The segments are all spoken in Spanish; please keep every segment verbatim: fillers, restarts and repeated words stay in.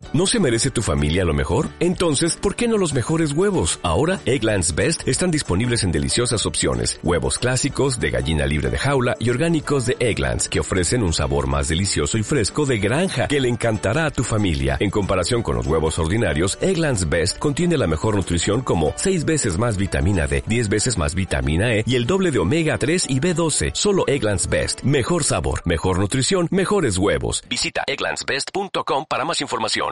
¿No se merece tu familia lo mejor? Entonces, ¿por qué no los mejores huevos? Ahora, Eggland's Best están disponibles en deliciosas opciones. Huevos clásicos, de gallina libre de jaula y orgánicos de Eggland's, que ofrecen un sabor más delicioso y fresco de granja que le encantará a tu familia. En comparación con los huevos ordinarios, Eggland's Best contiene la mejor nutrición como seis veces más vitamina D, diez veces más vitamina E y el doble de omega tres y B doce. Solo Eggland's Best. Mejor sabor, mejor nutrición, mejores huevos. Visita egglands best punto com para más información.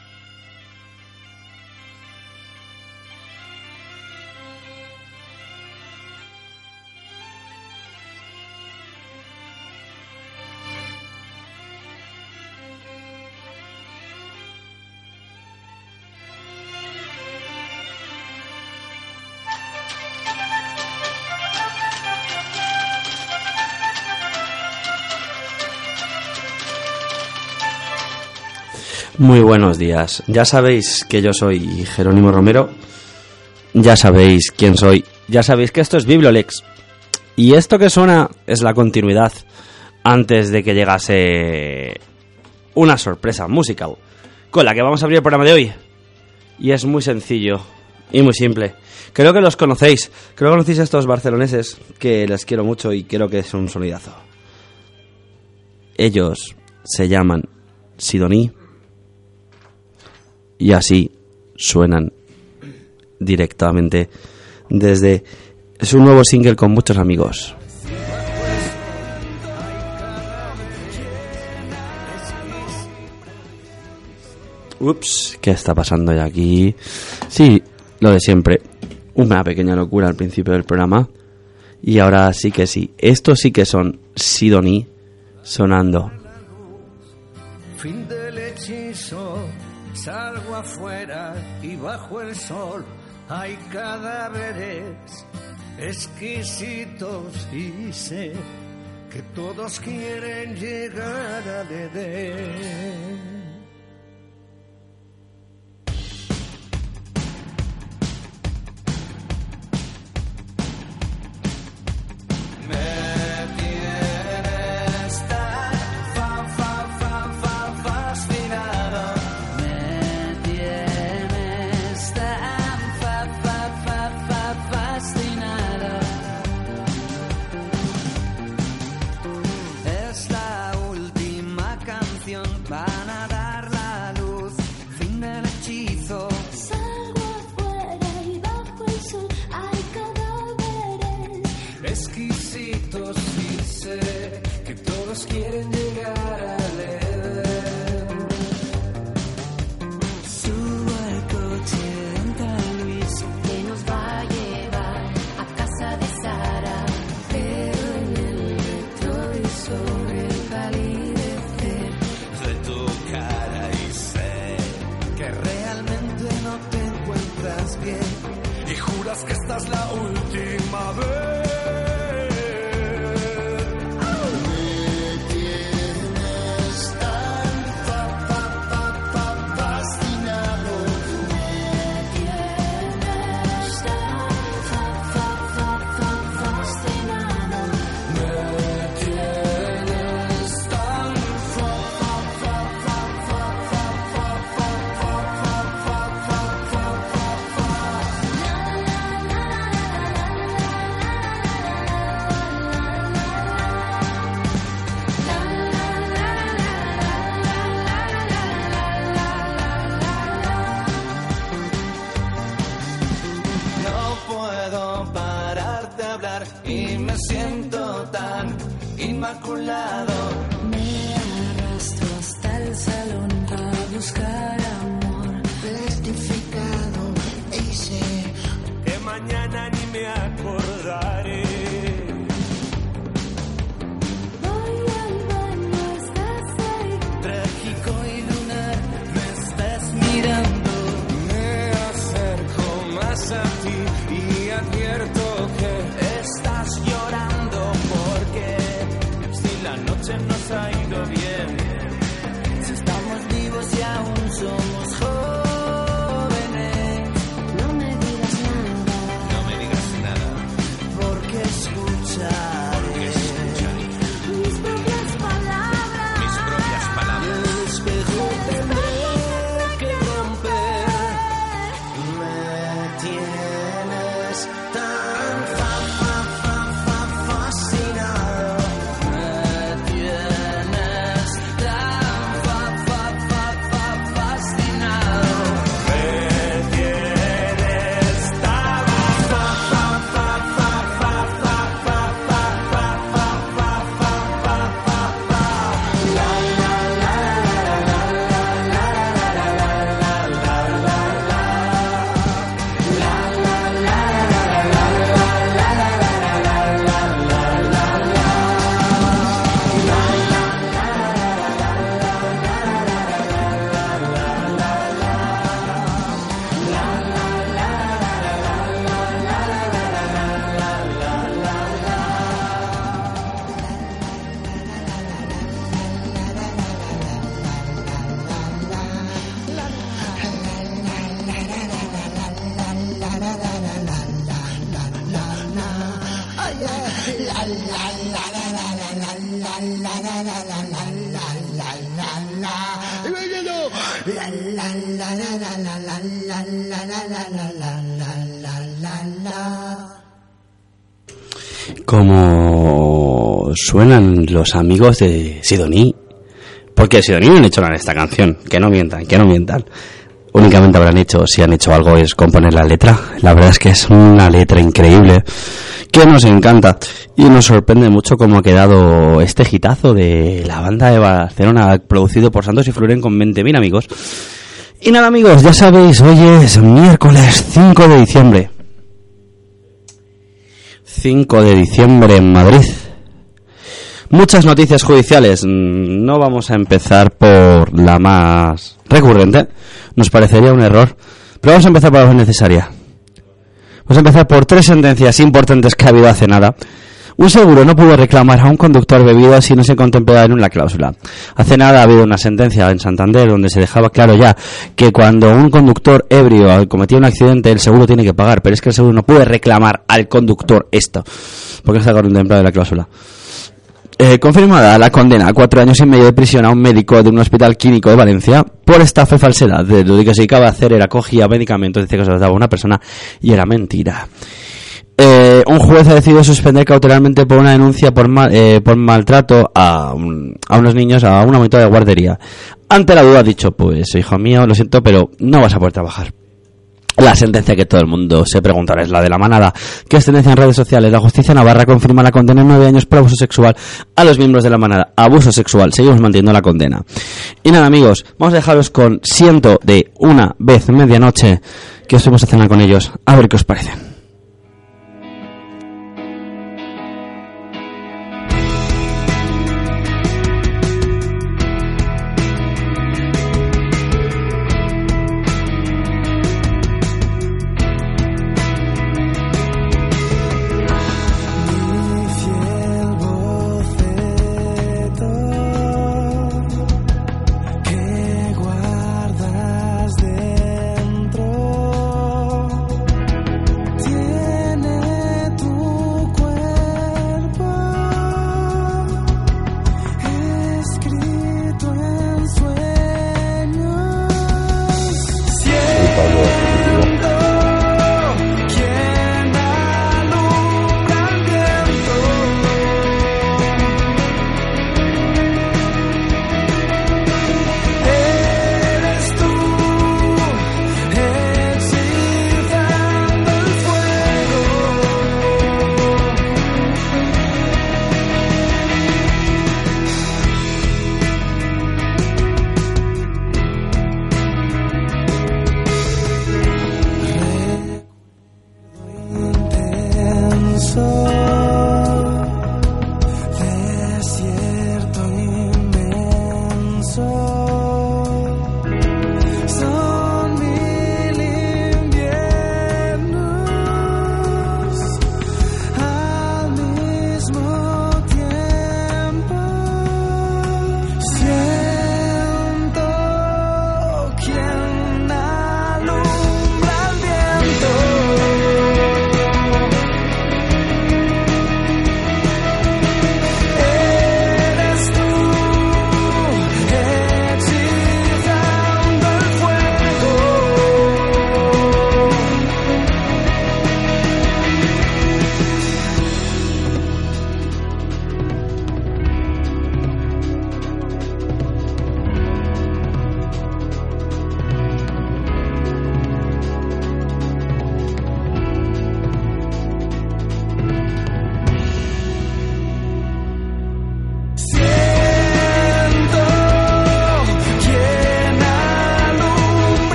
Muy buenos días. Ya sabéis que yo soy Jerónimo Romero. Ya sabéis quién soy. Ya sabéis que esto es Bibliolex. Y esto que suena es la continuidad antes de que llegase una sorpresa musical con la que vamos a abrir el programa de hoy. Y es muy sencillo y muy simple. Creo que los conocéis. Creo que conocéis a estos barceloneses que les quiero mucho y creo que es un sonidazo. Ellos se llaman Sidoní. Y así suenan directamente desde su nuevo single con muchos amigos. Ups, ¿qué está pasando ya aquí? Sí, lo de siempre. Una pequeña locura al principio del programa. Y ahora sí que sí. Estos sí que son Sidoní sonando. Fin del hechizo. Salgo afuera y bajo el sol hay cadáveres exquisitos y sé que todos quieren llegar al Edén. Quieren llegar al Edén. Subo al coche de un tal Luis que nos va a llevar a casa de Sara. Pero en el retrovisor el palidecer de tu cara y sé que realmente no te encuentras bien y juras que esta es la última vez. Y me siento tan inmaculado. Me arrastro hasta el salón a buscar amor testificado. Y sé que mañana ni me acordaré. Voy al baño, estás ahí. Trágico y lunar, me estás mirando. Me acerco más a ti y advierto que estás llorando porque si la noche nos ha ido bien, si estamos vivos y aún La la la la la la la la la la la la la la la la. Como suenan los amigos de Sidoní. Porque Sidoní no han hecho nada en esta canción. Que no mientan, que no mientan. Únicamente habrán hecho, si han hecho algo, es componer la letra. La verdad es que es una letra increíble que nos encanta y nos sorprende mucho cómo ha quedado este hitazo de la banda de Barcelona, producido por Santos y Fluren con veinte mil amigos. Y nada, amigos, ya sabéis, hoy es miércoles cinco de diciembre. cinco de diciembre en Madrid. Muchas noticias judiciales. No vamos a empezar por la más recurrente. Nos parecería un error. Pero vamos a empezar por la más necesaria. Vamos a empezar por tres sentencias importantes que ha habido hace nada. Un seguro no pudo reclamar a un conductor bebido si no se contemplaba en la cláusula. Hace nada ha habido una sentencia en Santander donde se dejaba claro ya que cuando un conductor ebrio cometía un accidente, el seguro tiene que pagar. Pero es que el seguro no puede reclamar al conductor esto, porque no está contemplado en la cláusula. Eh, confirmada la condena a cuatro años y medio de prisión a un médico de un hospital clínico de Valencia por estafa y falsedad. De lo que se dedicaba a hacer era cogía medicamentos, decía que se los daba a una persona y era mentira. Eh, un juez ha decidido suspender cautelarmente por una denuncia por, mal, eh, por maltrato a, un, a unos niños, a una monitora de guardería. Ante la duda ha dicho, pues hijo mío, lo siento, pero no vas a poder trabajar. La sentencia que todo el mundo se preguntará es la de La Manada, que es tendencia en redes sociales. La justicia navarra confirma la condena en nueve años por abuso sexual a los miembros de La Manada. Abuso sexual, seguimos manteniendo la condena. Y nada, amigos, vamos a dejaros con Siento de Una Vez Medianoche, que os fuimos a cenar con ellos, a ver qué os parecen. Guardas dentro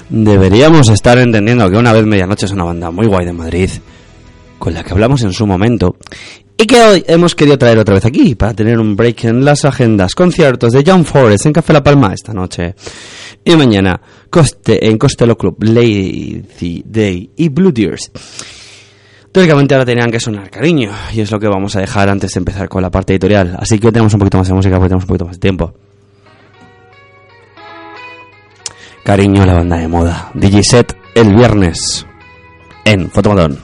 Deberíamos estar entendiendo que Una vez medianoche es una banda muy guay de Madrid, con la que hablamos en su momento, y que hoy hemos querido traer otra vez aquí para tener un break en las agendas. Conciertos de John Forest en Café La Palma esta noche, y mañana Coste, en Costello Club, Lazy Day y Blue Deers. Teóricamente ahora tenían que sonar Cariño, y es lo que vamos a dejar antes de empezar con la parte editorial. Así que tenemos un poquito más de música porque tenemos un poquito más de tiempo. Cariño, la banda de moda. Digiset el viernes en Fotomatón.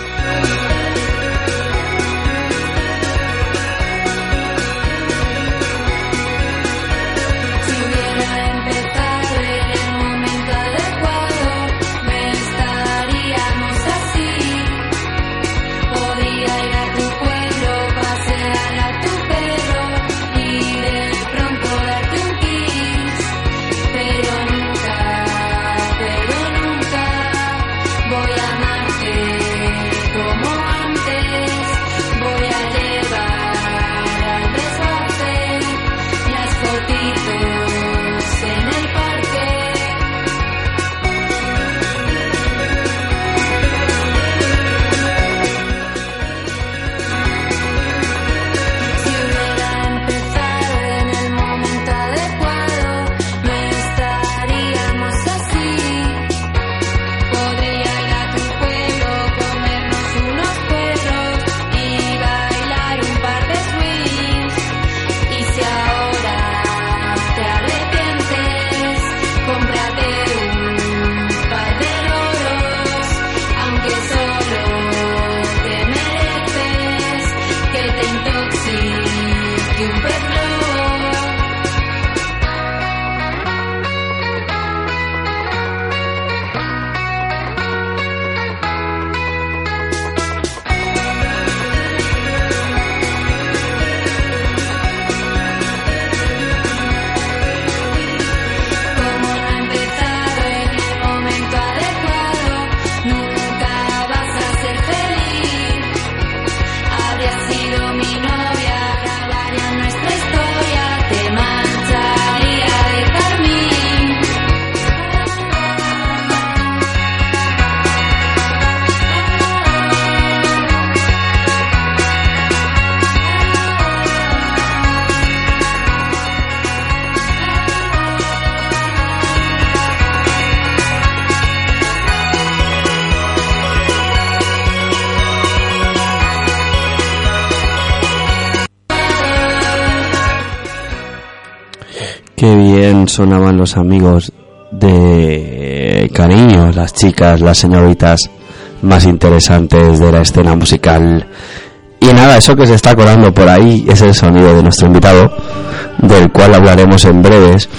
Qué bien sonaban los amigos de Cariño, las chicas, las señoritas más interesantes de la escena musical. Y nada, eso que se está colando por ahí es el sonido de nuestro invitado, del cual hablaremos en breves,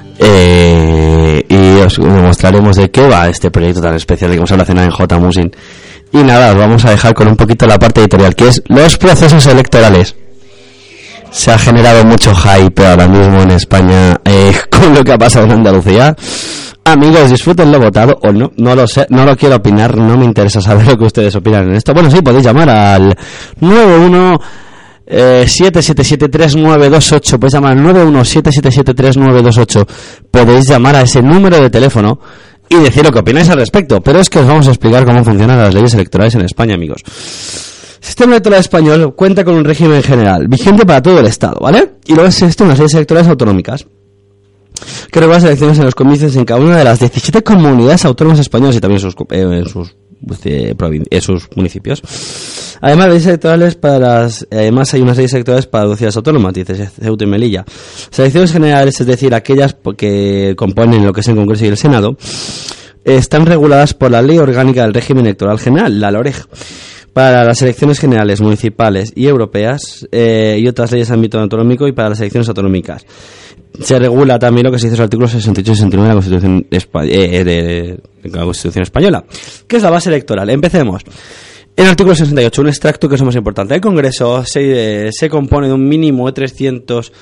eh, y os demostraremos de qué va este proyecto tan especial que vamos a hacer en J Musin. Y nada, os vamos a dejar con un poquito la parte editorial, que es los procesos electorales. Se ha generado mucho hype ahora mismo en España eh, con lo que ha pasado en Andalucía. Amigos, disfrútenlo votado o no, no lo sé, no lo quiero opinar, no me interesa saber lo que ustedes opinan en esto. Bueno, sí, podéis llamar al nueve uno siete siete siete tres nueve dos ocho, podéis llamar al nueve uno siete siete siete tres nueve dos ocho, podéis llamar a ese número de teléfono y decir lo que opináis al respecto, pero es que os vamos a explicar cómo funcionan las leyes electorales en España, amigos. El sistema electoral español cuenta con un régimen general, vigente para todo el Estado, ¿vale? Y luego existen unas leyes electorales autonómicas, que regulan las elecciones en los comicios en cada una de las diecisiete comunidades autónomas españolas y también sus, eh, en, sus, eh, provin- en sus municipios. Además, leyes electorales para las, además hay unas leyes electorales para las ciudades autónomas, dice Ceuta y Melilla. Las elecciones generales, es decir, aquellas que componen lo que es el Congreso y el Senado, están reguladas por la Ley Orgánica del Régimen Electoral General, la LOREG. Para las elecciones generales, municipales y europeas, eh, y otras leyes de ámbito autonómico, y para las elecciones autonómicas. Se regula también lo que se dice en el artículo sesenta y ocho y sesenta y nueve de la Constitución, Espa- eh, de, de la Constitución Española, que es la base electoral. Empecemos. En el artículo sesenta y ocho, un extracto que es lo más importante. El Congreso se, eh, se compone de un mínimo de trescientos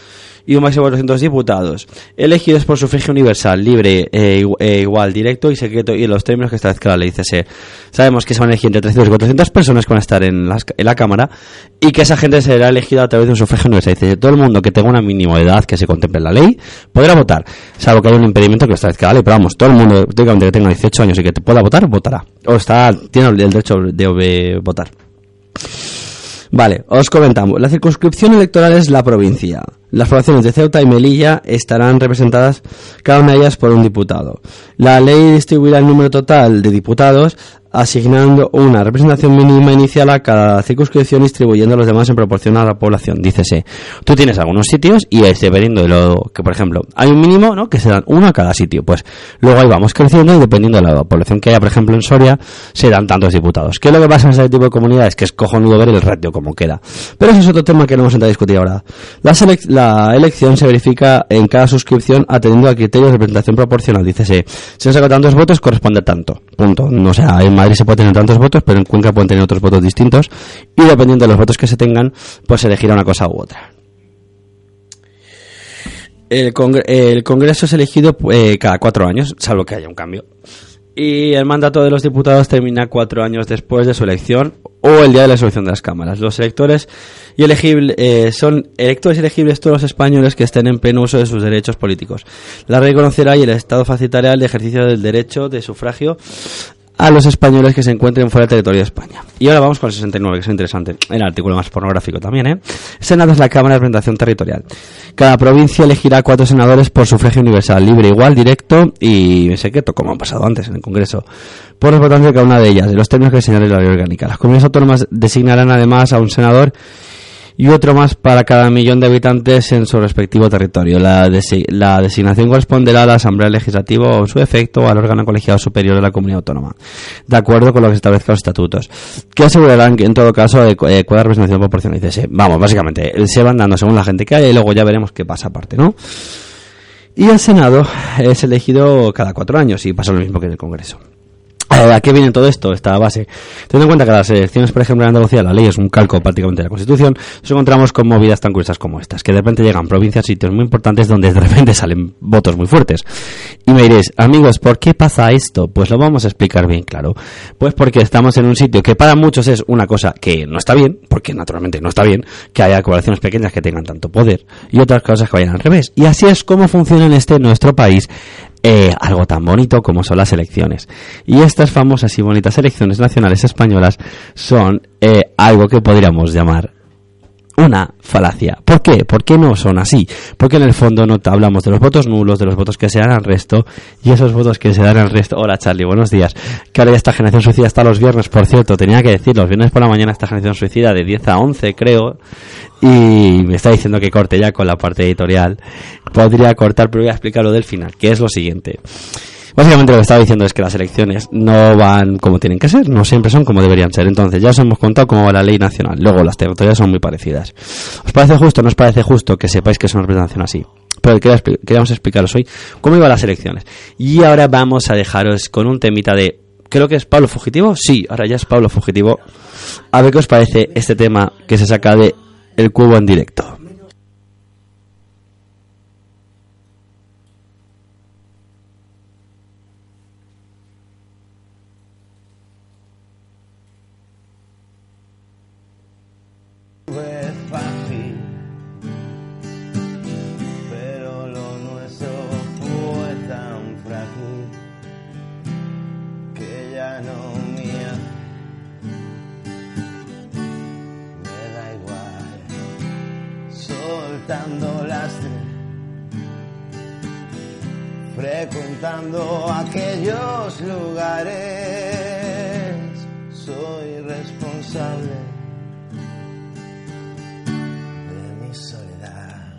y un máximo de doscientos diputados, elegidos por sufragio universal, libre, eh, eh, igual, directo y secreto, y en los términos que establezca la ley. Dice, sabemos que se van a elegir entre trescientos y cuatrocientas personas que van a estar en, las, en la Cámara, y que esa gente será elegida a través de un sufragio universal. Dice, todo el mundo que tenga una mínima edad que se contemple en la ley podrá votar, salvo que haya un impedimento que lo establezca la ley. Pero vamos, todo el mundo técnicamente que tenga dieciocho años y que pueda votar, votará, o está tiene el derecho de, de votar. Vale, os comentamos. La circunscripción electoral es la provincia. Las poblaciones de Ceuta y Melilla estarán representadas cada una de ellas por un diputado. La ley distribuirá el número total de diputados, asignando una representación mínima inicial a cada circunscripción, distribuyendo a los demás en proporción a la población. Dícese, tú tienes algunos sitios y es dependiendo de lo que, por ejemplo, hay un mínimo, ¿no?, que se dan uno a cada sitio. Pues luego ahí vamos creciendo y dependiendo de la población que haya, por ejemplo, en Soria, se dan tantos diputados. ¿Qué es lo que pasa en ese tipo de comunidades? Que es cojonudo ver el ratio como queda. Pero eso es otro tema que no vamos a entrar a discutir ahora. La, selec- la elección se verifica en cada suscripción atendiendo a criterios de representación proporcional. Dícese, si han sacado tantos votos, corresponde a tanto. Punto. No sea, en Madrid se puede tener tantos votos, pero en Cuenca pueden tener otros votos distintos, y dependiendo de los votos que se tengan, pues se elegirá una cosa u otra. El, congre- el Congreso es elegido eh, cada cuatro años, salvo que haya un cambio. Y el mandato de los diputados termina cuatro años después de su elección o el día de la resolución de las cámaras. Los electores y elegibles eh, son electores elegibles todos los españoles que estén en pleno uso de sus derechos políticos. La ley reconocerá y el Estado facilitará el ejercicio del derecho de sufragio a los españoles que se encuentren fuera del territorio de España. Y ahora vamos con el sesenta y nueve, que es interesante. El artículo más pornográfico también, ¿eh? Senado es la Cámara de Representación Territorial. Cada provincia elegirá cuatro senadores por sufragio universal, libre, igual, directo y secreto, como ha pasado antes en el Congreso, por los votantes de cada una de ellas, en los términos que señale la ley orgánica. Las comunidades autónomas designarán además a un senador y otro más para cada millón de habitantes en su respectivo territorio. La, desi- la designación corresponderá a la Asamblea Legislativa o, en su efecto, al órgano colegiado superior de la comunidad autónoma, de acuerdo con lo que establezcan los estatutos, que asegurarán que, en todo caso, adecuada representación proporcional. Dice, vamos, básicamente, se van dando según la gente que haya y luego ya veremos qué pasa aparte, ¿no? Y el Senado es elegido cada cuatro años y pasa lo mismo que en el Congreso. ¿A qué viene todo esto? Esta base. Teniendo en cuenta que las elecciones, por ejemplo, en Andalucía, la ley es un calco prácticamente de la Constitución, nos encontramos con movidas tan curiosas como estas, que de repente llegan provincias, sitios muy importantes donde de repente salen votos muy fuertes. Y me diréis, amigos, ¿por qué pasa esto? Pues lo vamos a explicar bien claro. Pues porque estamos en un sitio que para muchos es una cosa que no está bien, porque naturalmente no está bien, que haya poblaciones pequeñas que tengan tanto poder, y otras cosas que vayan al revés. Y así es como funciona en este nuestro país. Eh, algo tan bonito como son las elecciones. Y estas famosas y bonitas elecciones nacionales españolas son eh, algo que podríamos llamar una falacia. ¿Por qué? ¿Por qué no son así? Porque en el fondo no te hablamos de los votos nulos, de los votos que se dan al resto, y esos votos que se dan al resto... Hola Charlie, buenos días. Que ahora ya esta generación suicida está los viernes, por cierto, tenía que decir, los viernes por la mañana esta generación suicida de diez a once, creo, y me está diciendo que corte ya con la parte editorial. Podría cortar, pero voy a explicar lo del final, que es lo siguiente. Básicamente lo que estaba diciendo es que las elecciones no van como tienen que ser, no siempre son como deberían ser. Entonces ya os hemos contado cómo va la ley nacional. Luego las territoriales son muy parecidas. ¿Os parece justo o no os parece justo que sepáis que es una representación así? Pero queríamos explicaros hoy cómo iban las elecciones. Y ahora vamos a dejaros con un temita de... Creo que es Pablo Fugitivo. Sí, ahora ya es Pablo Fugitivo. A ver qué os parece este tema que se saca de El Cubo en directo. Fue fácil, pero lo nuestro fue tan frágil que ya no mía. Me da igual, soltando lastre, frecuentando aquellos lugares. Soy responsable soledad.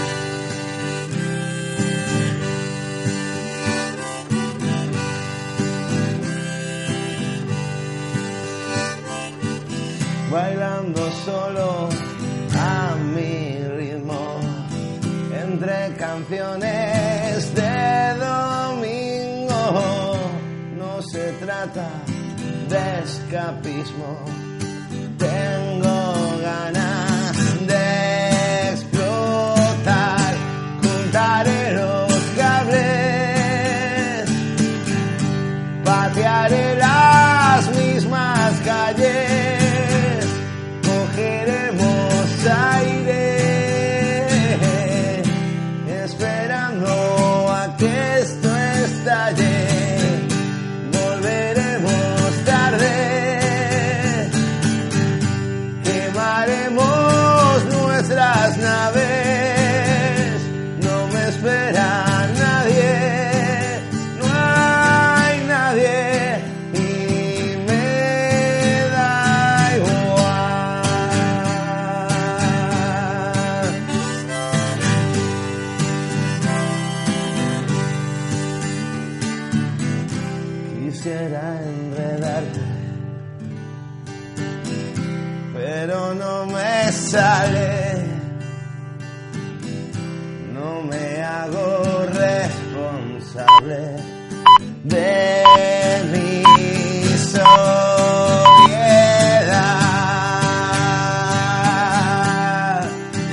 Bailando solo a mi ritmo entre canciones de domingo. No se trata de escapismo, tengo ganas de explotar. pero no me sale. No me hago responsable de mi soledad.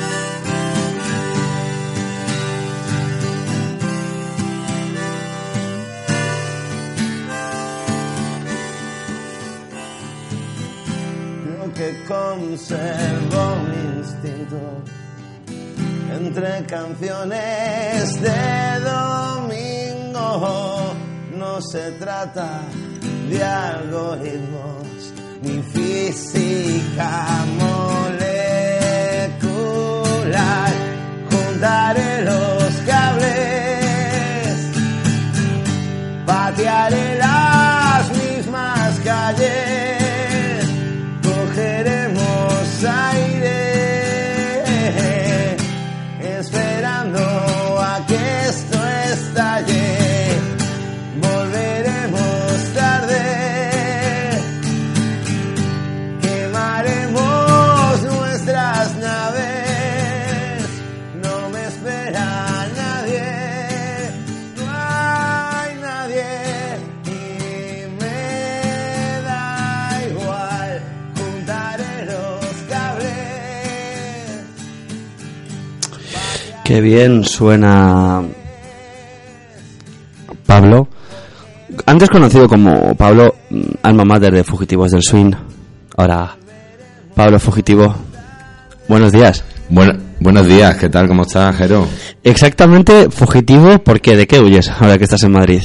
Creo que conservo mi instinto entre canciones de domingo. No se trata de algoritmos ni física molecular. Juntaré los cables, patearé las mismas calles, cogeremos aire, esperando a que esto estalle. Volveremos tarde, quemaremos nuestras naves. No me espera nadie, no hay nadie, y me da igual. Juntaré los cables. Qué bien suena Pablo, antes conocido como Pablo, alma mater de Fugitivos del Swing. Ahora, Pablo Fugitivo, buenos días. Bueno, buenos días, ¿qué tal? ¿Cómo estás, Jero? Exactamente, fugitivo, porque ¿de qué huyes ahora que estás en Madrid?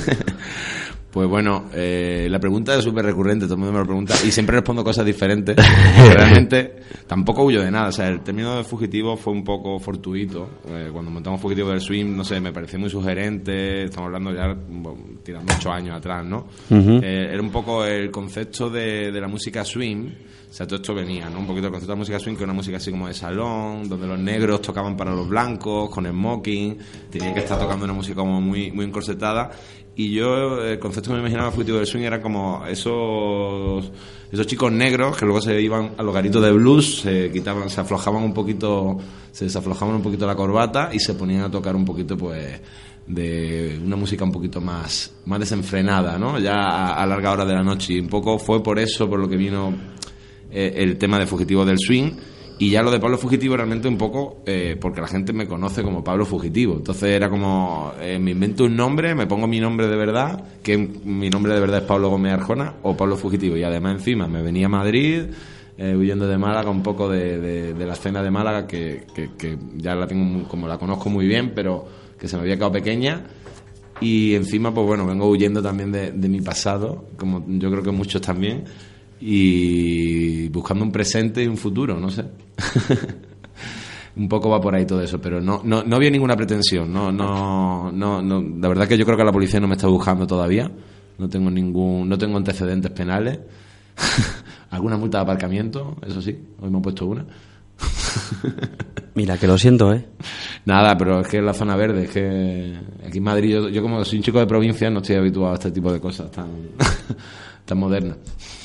Pues bueno, eh, la pregunta es súper recurrente, todo el mundo me lo pregunta y siempre respondo cosas diferentes. Realmente tampoco huyo de nada, o sea, el término de fugitivo fue un poco fortuito. Eh, cuando montamos Fugitivo del Swing, no sé, me pareció muy sugerente, estamos hablando ya, bueno, tirando ocho años atrás, ¿no? Uh-huh. Eh, era un poco el concepto de, de la música swing, o sea, todo esto venía, ¿no? Un poquito el concepto de la música swing, que era una música así como de salón, donde los negros tocaban para los blancos, con smoking, tenían que estar tocando una música como muy, muy encorsetada. Y yo, el concepto que me imaginaba Fugitivo del Swing era como esos esos chicos negros que luego se iban a los garitos de blues, se quitaban, se aflojaban un poquito, se desaflojaban un poquito la corbata y se ponían a tocar un poquito, pues, de una música un poquito más, más desenfrenada, ¿no? Ya a, a larga hora de la noche. Y un poco fue por eso, por lo que vino eh, el tema de Fugitivo del Swing. Y ya lo de Pablo Fugitivo realmente un poco eh, porque la gente me conoce como Pablo Fugitivo. Entonces era como, eh, me invento un nombre, me pongo mi nombre de verdad, que mi nombre de verdad es Pablo Gómez Arjona, o Pablo Fugitivo. Y además encima me venía a Madrid, eh, huyendo de Málaga, un poco de, de, de la escena de Málaga, que, que, que ya la tengo muy, como la conozco muy bien, pero que se me había quedado pequeña. Y encima, pues bueno, vengo huyendo también de, de mi pasado, como yo creo que muchos también, y buscando un presente y un futuro, no sé. Un poco va por ahí todo eso, pero no no no había ninguna pretensión, no no no no la verdad que yo creo que la policía no me está buscando todavía, no tengo ningún no tengo antecedentes penales. Alguna multa de aparcamiento, eso sí, hoy me han puesto una. Mira, que lo siento, ¿eh? Nada, pero es que es la zona verde, es que aquí en Madrid, yo, yo como soy un chico de provincia, no estoy habituado a este tipo de cosas tan, tan modernas.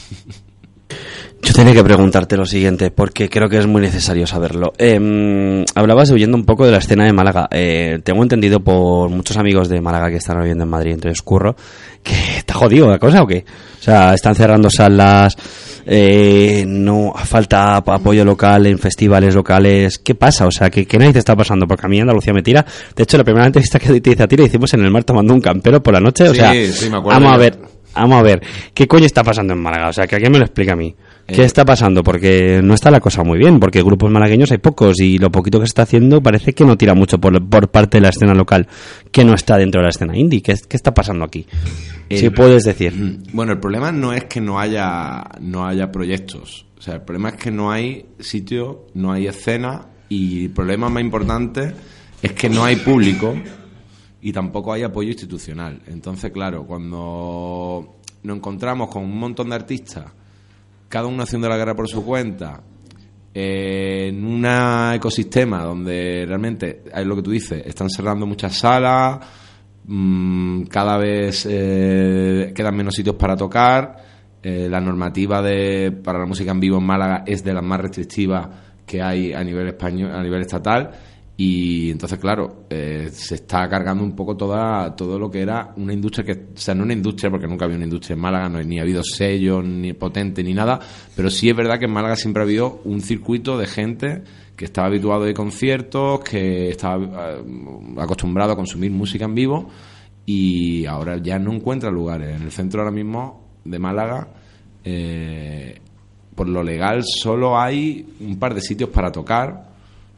Yo tenía que preguntarte lo siguiente, porque creo que es muy necesario saberlo. Eh, hablabas de huyendo un poco de la escena de Málaga. Eh, tengo entendido por muchos amigos de Málaga que están viviendo en Madrid, entonces curro, que está jodido la cosa, ¿o qué? O sea, están cerrando salas, eh, no falta apoyo local en festivales locales. ¿Qué pasa? O sea, ¿qué, qué narices está pasando? Porque a mí Andalucía me tira. De hecho, la primera entrevista que te hice a ti la hicimos en el mar tomando un campero por la noche. O sí, sea, sí, me acuerdo. Vamos a ver, vamos a ver, ¿qué coño está pasando en Málaga? O sea, que alguien me lo explica a mí. ¿Qué está pasando? Porque no está la cosa muy bien, porque grupos malagueños hay pocos y lo poquito que se está haciendo parece que no tira mucho por, por parte de la escena local, que no está dentro de la escena indie. ¿Qué, qué está pasando aquí? El, si puedes decir. Bueno, el problema no es que no haya, no haya proyectos. O sea, el problema es que no hay sitio, no hay escena, y el problema más importante es que no hay público y tampoco hay apoyo institucional. Entonces, claro, cuando nos encontramos con un montón de artistas, cada uno haciendo la guerra por su cuenta, eh, en un ecosistema donde realmente, es lo que tú dices, están cerrando muchas salas, mmm, cada vez eh, quedan menos sitios para tocar, Eh, la normativa de para la música en vivo en Málaga es de las más restrictivas que hay a nivel español, a nivel estatal, y entonces claro, eh, se está cargando un poco toda todo lo que era una industria que, o sea, no una industria porque nunca había una industria en Málaga, no, ni ha habido sellos ni potente ni nada, pero sí es verdad que en Málaga siempre ha habido un circuito de gente que estaba habituado a ir a conciertos, que estaba eh, acostumbrado a consumir música en vivo, y ahora ya no encuentra lugares. En el centro ahora mismo de Málaga, eh, por lo legal solo hay un par de sitios para tocar.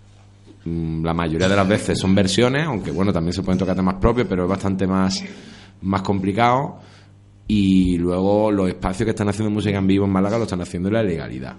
La mayoría de las veces son versiones, aunque bueno, también se pueden tocar temas propios, pero es bastante más, más complicado. Y luego los espacios que están haciendo música en vivo en Málaga lo están haciendo en la ilegalidad.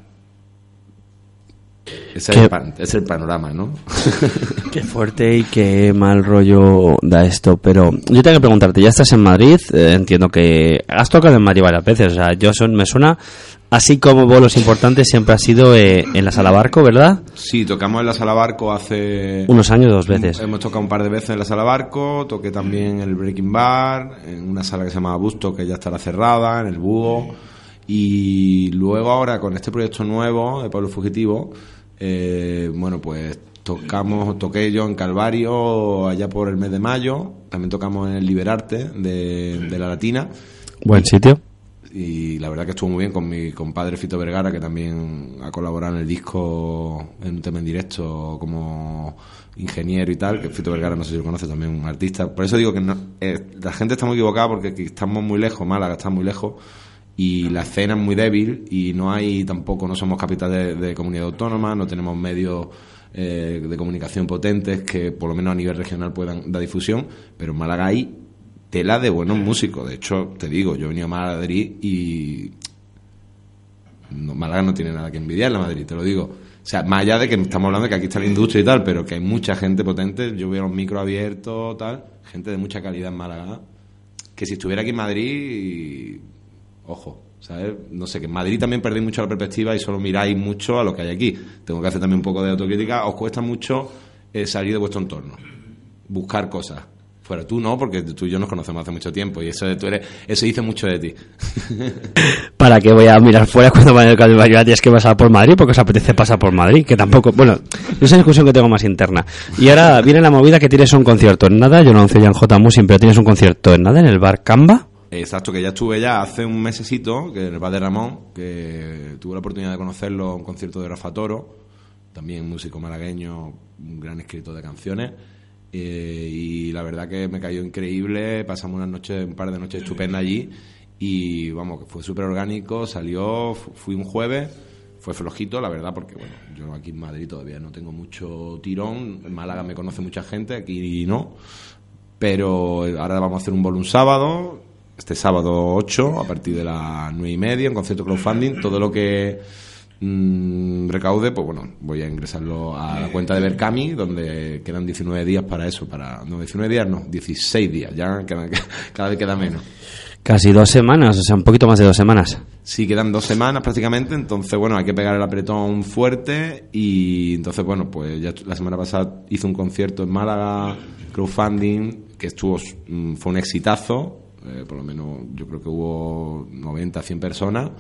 Ese es el, pan, es el panorama, ¿no? Qué fuerte y qué mal rollo da esto. Pero yo tengo que preguntarte, ya estás en Madrid, eh, entiendo que has tocado en Madrid varias veces. O sea, yo son, me suena, así como bolos importantes, siempre ha sido eh, en la Sala Barco, ¿verdad? Sí, tocamos en la Sala Barco hace... unos años, dos veces. Hemos tocado un par de veces en la Sala Barco, toqué también en el Breaking Bar, en una sala que se llama Busto, que ya estará cerrada, en el Búho. Y luego ahora, con este proyecto nuevo de Pablo Fugitivo, Eh, bueno, pues tocamos, toqué yo en Calvario allá por el mes de mayo, también tocamos en el Liberarte de, de la Latina. Buen sitio. Y la verdad que estuvo muy bien con mi compadre Fito Vergara, que también ha colaborado en el disco en un tema en directo como ingeniero y tal, que Fito Vergara, no sé si lo conoce, también un artista. Por eso digo que no, eh, la gente está muy equivocada porque aquí estamos muy lejos, Málaga está muy lejos, y la escena es muy débil y no hay tampoco, no somos capital de, de comunidad autónoma, no tenemos medios eh, de comunicación potentes que por lo menos a nivel regional puedan dar difusión, pero en Málaga hay tela de buenos músicos. De hecho, te digo, yo he venido a Madrid y no, Málaga no tiene nada que envidiar a Madrid, te lo digo. O sea, más allá de que estamos hablando de que aquí está la industria y tal, pero que hay mucha gente potente, yo veo los micros abiertos, tal, gente de mucha calidad en Málaga, que si estuviera aquí en Madrid... Ojo, ¿sabes? No sé, que en Madrid también perdéis mucho la perspectiva y solo miráis mucho a lo que hay aquí. Tengo que hacer también un poco de autocrítica. Os cuesta mucho eh, salir de vuestro entorno, buscar cosas. Fuera tú no, porque tú y yo nos conocemos hace mucho tiempo y eso de tú eres, eso dice mucho de ti. ¿Para qué voy a mirar fuera cuando vaya a tienes que pasar por Madrid? Porque os apetece pasar por Madrid, que tampoco... Bueno, es una discusión que tengo más interna. Y ahora viene la movida que tienes un concierto en nada. Yo no anuncio ya en J Music, pero tienes un concierto en nada en el bar Camba. Exacto, que ya estuve ya hace un mesecito, que en el bar de Ramón, que tuve la oportunidad de conocerlo, un concierto de Rafa Toro, también músico malagueño, un gran escritor de canciones, eh, y la verdad que me cayó increíble, pasamos unas noches, un par de noches estupendas allí, y vamos, que fue súper orgánico, salió, fui un jueves, fue flojito, la verdad, porque bueno, yo aquí en Madrid todavía no tengo mucho tirón, en Málaga me conoce mucha gente, aquí no, pero ahora vamos a hacer un bolo un sábado, este sábado ocho, a partir de las nueve y media, en concierto crowdfunding. Todo lo que mmm, recaude, pues bueno, voy a ingresarlo a la cuenta de Berkami, donde quedan diecinueve días para eso, para no, diecinueve días no, dieciséis días, ya queda, cada vez queda menos. Casi dos semanas, o sea, un poquito más de dos semanas. Sí, quedan dos semanas prácticamente, entonces bueno, hay que pegar el apretón fuerte y entonces bueno, pues ya la semana pasada hice un concierto en Málaga, crowdfunding, que estuvo, fue un exitazo. Eh, por lo menos yo creo que hubo noventa, cien personas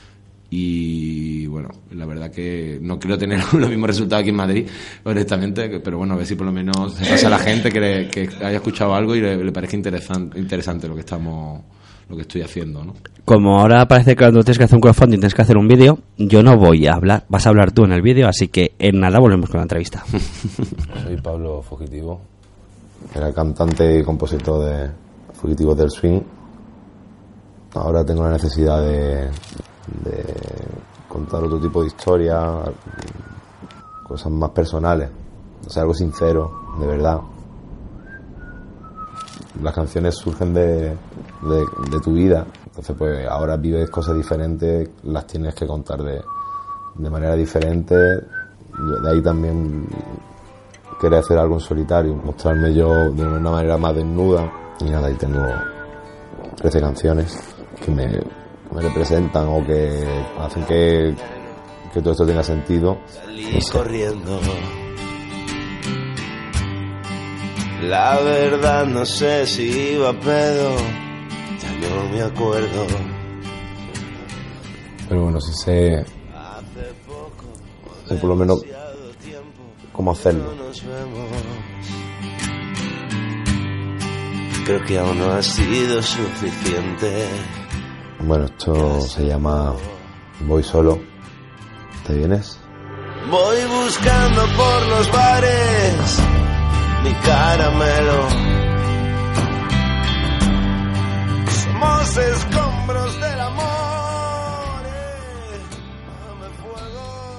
y bueno, la verdad que no quiero tener los mismos resultados aquí en Madrid, honestamente, pero bueno, a ver si por lo menos se pasa a la gente que, le, que haya escuchado algo y le, le parezca interesante, interesante lo que estamos lo que estoy haciendo, ¿no? Como ahora parece que cuando tienes que hacer un crowdfunding tienes que hacer un vídeo, yo no voy a hablar, vas a hablar tú en el vídeo, así que en nada volvemos con la entrevista. Soy Pablo Fugitivo, era cantante y compositor de Fugitivos del Swing. Ahora tengo la necesidad de, de contar otro tipo de historias, cosas más personales, o sea, algo sincero, de verdad. Las canciones surgen de, de, de tu vida, entonces pues ahora vives cosas diferentes, las tienes que contar de, de manera diferente. De ahí también querer hacer algo en solitario, mostrarme yo de una manera más desnuda. Y nada, ahí tengo trece canciones que me, me representan o que hacen que, que todo esto tenga sentido. No sé. Corriendo. La verdad no sé si iba a pedo, ya no me acuerdo. pero bueno, sí sé, sé por lo menos cómo hacerlo. Creo que aún no ha sido suficiente. Bueno, esto se llama Voy Solo. ¿Te vienes? Voy buscando por los bares mi caramelo. Somos escombros del amor. eh. Dame fuego.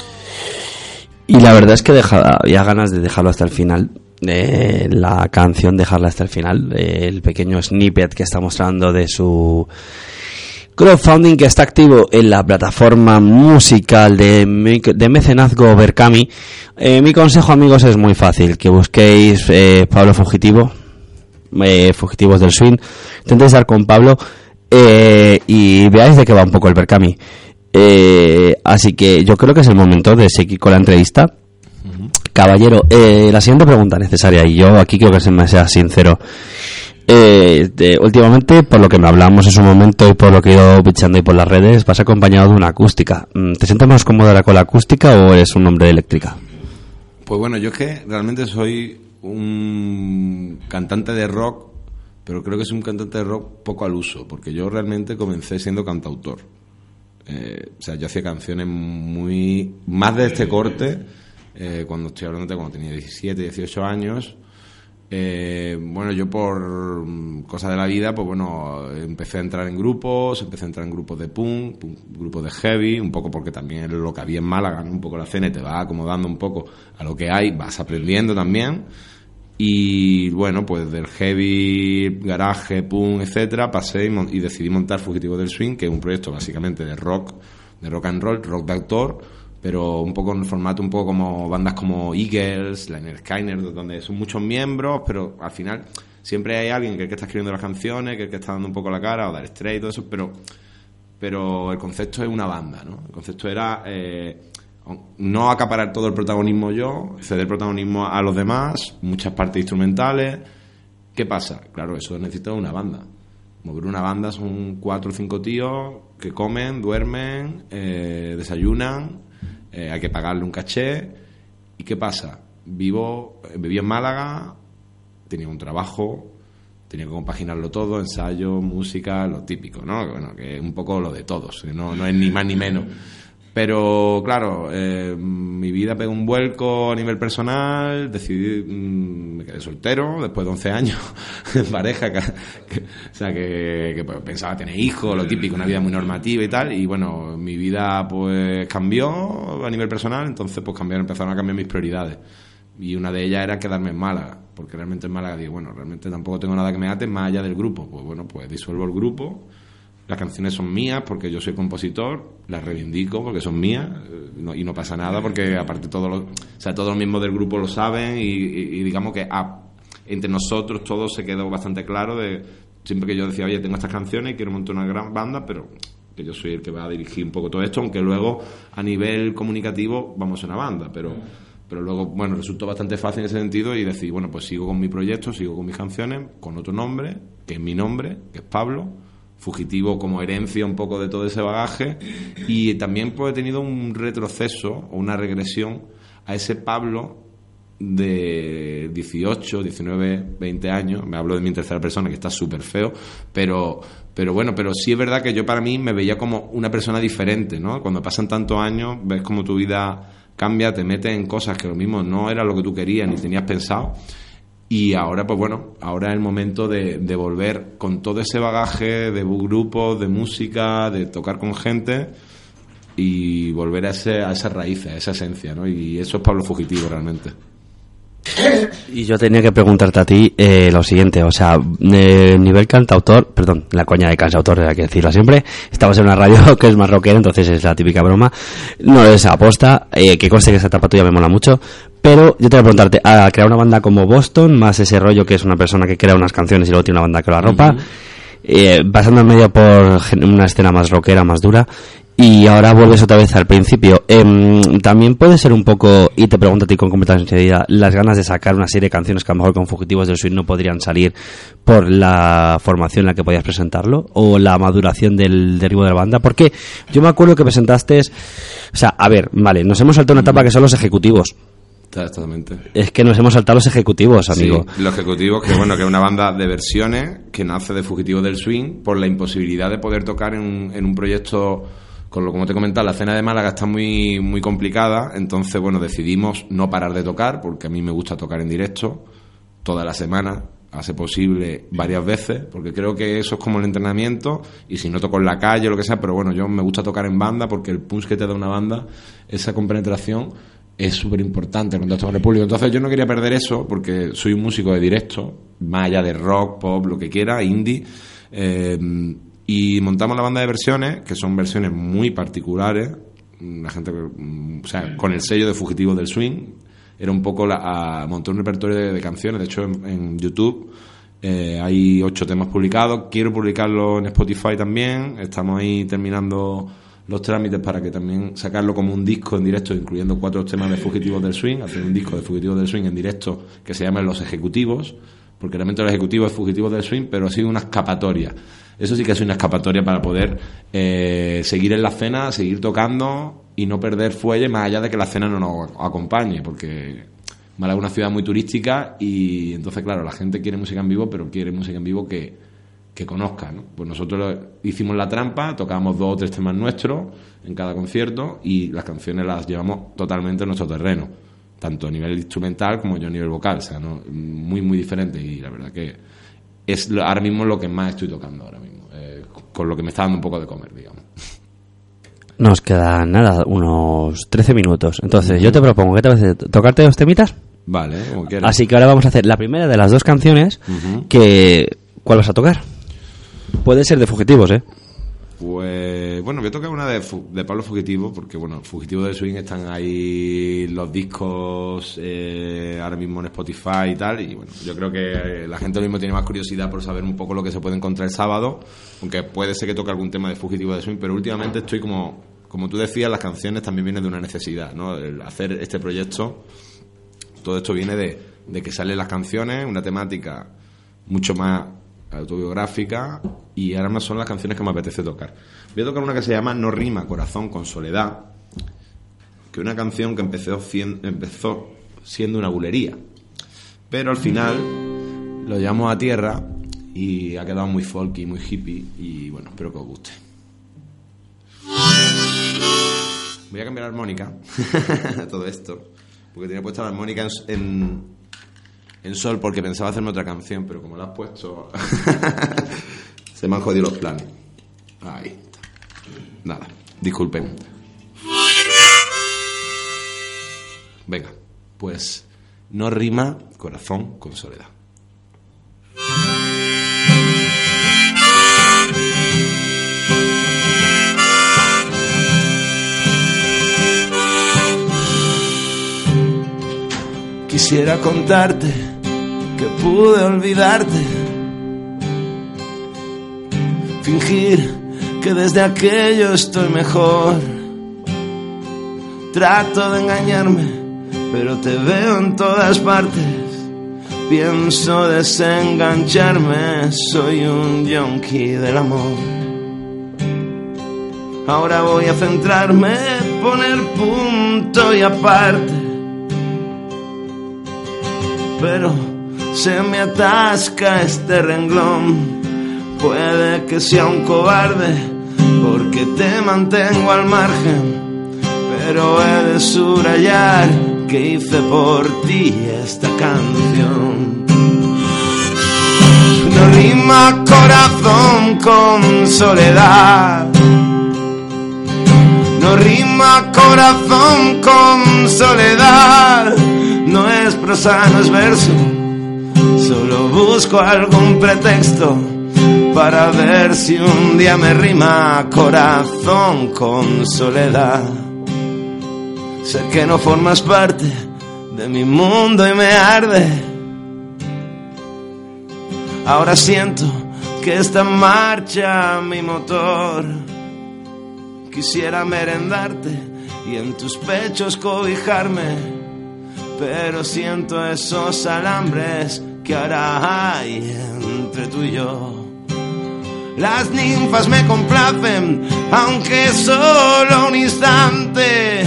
Y la verdad es que deja, había ganas de dejarlo hasta el final. Eh, la canción, dejarla hasta el final. Eh, el pequeño snippet que está mostrando de su crowdfunding, que está activo en la plataforma musical de, de mecenazgo Berkami. Eh, mi consejo, amigos, es muy fácil: que busquéis eh, Pablo Fugitivo, eh, Fugitivos del Swing, intentéis dar con Pablo eh, y veáis de qué va un poco el Berkami. Eh, así que yo creo que es el momento de seguir con la entrevista. Uh-huh. Caballero, eh, la siguiente pregunta necesaria, y yo aquí quiero que se me sea sincero. Eh, de, últimamente, por lo que me hablamos en su momento y por lo que he ido pichando y por las redes, vas acompañado de una acústica. ¿Te sientes más cómoda con la acústica o eres un hombre de eléctrica? Pues bueno, yo es que realmente soy un cantante de rock, pero creo que soy un cantante de rock poco al uso, porque yo realmente comencé siendo cantautor. Eh, o sea, yo hacía canciones muy más de este corte eh, cuando estoy hablando de cuando tenía diecisiete, dieciocho años. Eh, bueno, yo por cosas de la vida, pues bueno, empecé a entrar en grupos, empecé a entrar en grupos de punk, punk grupos de heavy, un poco porque también es lo que había en Málaga, ¿no? Un poco la escena, y te vas acomodando un poco a lo que hay, vas aprendiendo también. Y bueno, pues del heavy, garaje, punk, etcétera, pasé y, mon- y decidí montar Fugitivos del Swing, que es un proyecto básicamente de rock, de rock and roll, rock de autor, pero un poco en formato un poco como bandas como Eagles, Lynyrd Skynyrd, donde son muchos miembros, pero al final siempre hay alguien que es el que está escribiendo las canciones, que es el que está dando un poco la cara, o Dire Straits, todo eso, pero pero el concepto es una banda, ¿no? El concepto era eh, no acaparar todo el protagonismo yo, ceder protagonismo a los demás, muchas partes instrumentales. ¿Qué pasa? Claro, eso necesita una banda. Mover una banda son cuatro o cinco tíos que comen, duermen, eh, desayunan, eh, hay que pagarle un caché. ¿Y qué pasa? Vivo, vivía en Málaga, tenía un trabajo, tenía que compaginarlo todo, ensayo, música, lo típico, ¿no? Bueno, que es un poco lo de todos, no, no es ni más ni menos. Pero claro, eh, mi vida pegó un vuelco a nivel personal, decidí, mmm, me quedé soltero después de once años en pareja, que, que, o sea que, que pues, pensaba tener hijos, lo típico, una vida muy normativa y tal, y bueno, mi vida pues cambió a nivel personal, entonces pues cambiaron, empezaron a cambiar mis prioridades, y una de ellas era quedarme en Málaga, porque realmente en Málaga digo, bueno, realmente tampoco tengo nada que me ate más allá del grupo, pues bueno, pues disuelvo el grupo. Las canciones son mías porque yo soy compositor, las reivindico porque son mías, no, y no pasa nada porque aparte todos los, o sea, todos los miembros del grupo lo saben, y, y, y digamos que a, entre nosotros todos se quedó bastante claro de siempre que yo decía, oye, tengo estas canciones y quiero montar una gran banda, pero que yo soy el que va a dirigir un poco todo esto, aunque luego a nivel comunicativo vamos a una banda, pero pero luego, bueno, resultó bastante fácil en ese sentido y decir, bueno, pues sigo con mi proyecto, sigo con mis canciones, con otro nombre, que es mi nombre, que es Pablo, Fugitivo como herencia un poco de todo ese bagaje, y también pues he tenido un retroceso o una regresión a ese Pablo de dieciocho, diecinueve, veinte años. Me hablo de mi tercera persona, que está súper feo, pero pero bueno, pero sí es verdad que yo para mí me veía como una persona diferente, ¿no? Cuando pasan tantos años, ves como tu vida cambia, te metes en cosas que lo mismo no era lo que tú querías ni tenías pensado. Y ahora, pues bueno, ahora es el momento de, de volver con todo ese bagaje de grupos, de música, de tocar con gente y volver a, ese, a esas raíces, a esa esencia, ¿no? Y eso es Pablo Fugitivo realmente. Y yo tenía que preguntarte a ti eh, lo siguiente, o sea, eh, nivel cantautor, perdón, la coña de cantautor hay que decirlo siempre, estamos en una radio que es más rockera, entonces es la típica broma, no es aposta, eh, que conste que esa etapa tuya me mola mucho, pero yo te voy a preguntarte, a crear una banda como Boston, más ese rollo que es una persona que crea unas canciones y luego tiene una banda que lo arropa, uh-huh. eh, pasando en medio por una escena más rockera, más dura, y ahora vuelves otra vez al principio. Eh, también puede ser un poco, y te pregunto a ti con completa sinceridad, las ganas de sacar una serie de canciones que a lo mejor con Fugitivos del Swing no podrían salir por la formación en la que podías presentarlo, o la maduración del derribo de la banda. Porque yo me acuerdo que presentaste, o sea, a ver, vale, nos hemos saltado una etapa que son los ejecutivos. Exactamente. Es que nos hemos saltado los ejecutivos, amigo. Sí, los ejecutivos, que bueno, que es una banda de versiones que nace de Fugitivos del Swing por la imposibilidad de poder tocar en un, en un proyecto, con lo como te he comentado, la escena de Málaga está muy, muy complicada, entonces bueno, decidimos no parar de tocar, porque a mí me gusta tocar en directo toda la semana, a ser posible varias veces, porque creo que eso es como el entrenamiento, y si no toco en la calle o lo que sea, pero bueno, yo me gusta tocar en banda, porque el punch que te da una banda, esa compenetración, es súper importante el contacto con el público. Entonces yo no quería perder eso, porque soy un músico de directo, más allá de rock, pop, lo que quiera, indie, eh, y montamos la banda de versiones, que son versiones muy particulares, la gente, o sea, con el sello de Fugitivos del Swing. Era un poco la, a, monté un repertorio de, de canciones, de hecho en, en YouTube eh, hay ocho temas publicados, quiero publicarlo en Spotify también, estamos ahí terminando los trámites para que también sacarlo como un disco en directo, incluyendo cuatro temas de Fugitivos del Swing, hacer un disco de Fugitivos del Swing en directo que se llama Los Ejecutivos, porque realmente Los Ejecutivos es Fugitivos del Swing, pero ha sido una escapatoria. Eso sí que es una escapatoria para poder eh, seguir en la escena, seguir tocando y no perder fuelle, más allá de que la escena no nos acompañe, porque Málaga es una ciudad muy turística y entonces, claro, la gente quiere música en vivo, pero quiere música en vivo que que conozca, ¿no? Pues nosotros hicimos la trampa, tocábamos dos o tres temas nuestros en cada concierto y las canciones las llevamos totalmente en nuestro terreno, tanto a nivel instrumental como yo a nivel vocal, o sea, ¿no? Muy, muy diferente, y la verdad que es ahora mismo lo que más estoy tocando ahora mismo, eh, con lo que me está dando un poco de comer, digamos. Nos quedan, nada, unos trece minutos. Entonces, yo te propongo, ¿qué te parece? ¿Tocarte dos temitas? Vale, como quieras. Así que ahora vamos a hacer la primera de las dos canciones, uh-huh. que... ¿Cuál vas a tocar? Puede ser de Fugitivos, ¿eh? Pues, bueno, voy a tocar una de, de Pablo Fugitivo, porque, bueno, Fugitivos del Swing están ahí los discos eh, ahora mismo en Spotify y tal, y bueno, yo creo que la gente ahora mismo tiene más curiosidad por saber un poco lo que se puede encontrar el sábado, aunque puede ser que toque algún tema de Fugitivos del Swing, pero últimamente estoy como, como tú decías, las canciones también vienen de una necesidad, ¿no? El hacer este proyecto, todo esto viene de, de que salen las canciones, una temática mucho más autobiográfica, y ahora más son las canciones que me apetece tocar. Voy a tocar una que se llama No rima corazón con soledad, que es una canción que empezó, empezó siendo una bulería, pero al final lo llevamos a tierra y ha quedado muy folky, muy hippie, y bueno, espero que os guste. Voy a cambiar la armónica todo esto, porque tenía puesta la armónica en, en en sol, porque pensaba hacerme otra canción, pero como la has puesto se me han jodido los planes. Ahí está. Nada, disculpen. Venga, pues no rima corazón con soledad. Quisiera contarte que pude olvidarte, fingir que desde aquello estoy mejor. Trato de engañarme, pero te veo en todas partes. Pienso desengancharme, soy un yonki del amor. Ahora voy a centrarme, poner punto y aparte, pero se me atasca este renglón. Puede que sea un cobarde porque te mantengo al margen, pero he de subrayar que hice por ti esta canción. No rima corazón con soledad, no rima corazón con soledad. No es prosa, no es verso, solo busco algún pretexto para ver si un día me rima corazón con soledad. Sé que no formas parte de mi mundo y me arde. Ahora siento que está en marcha mi motor, Quisiera merendarte y en tus pechos cobijarme, pero siento esos alambres que ahora hay entre tú y yo. Las ninfas me complacen, aunque solo un instante,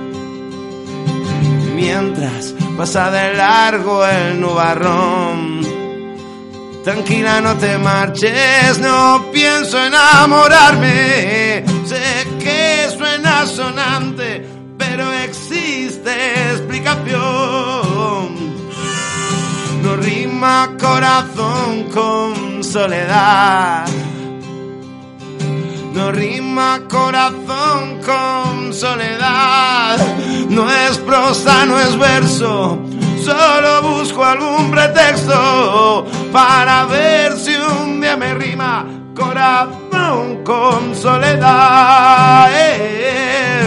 mientras pasa de largo el nubarrón. Tranquila, no te marches, no pienso enamorarme. Sé que suena sonante, pero existe explicación. No rima corazón con soledad. No rima corazón con soledad. No es prosa, no es verso. Solo busco algún pretexto para ver si un día me rima corazón con soledad. Eh.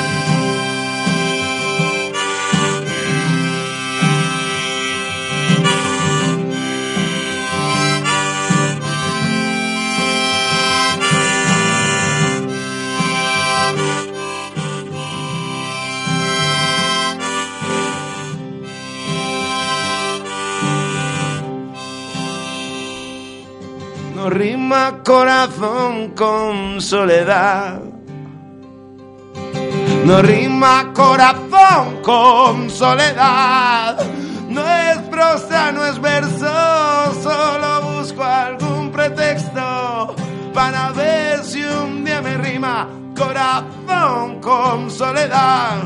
No rima corazón con soledad. No rima corazón con soledad. No es prosa, no es verso. Solo busco algún pretexto para ver si un día me rima corazón con soledad.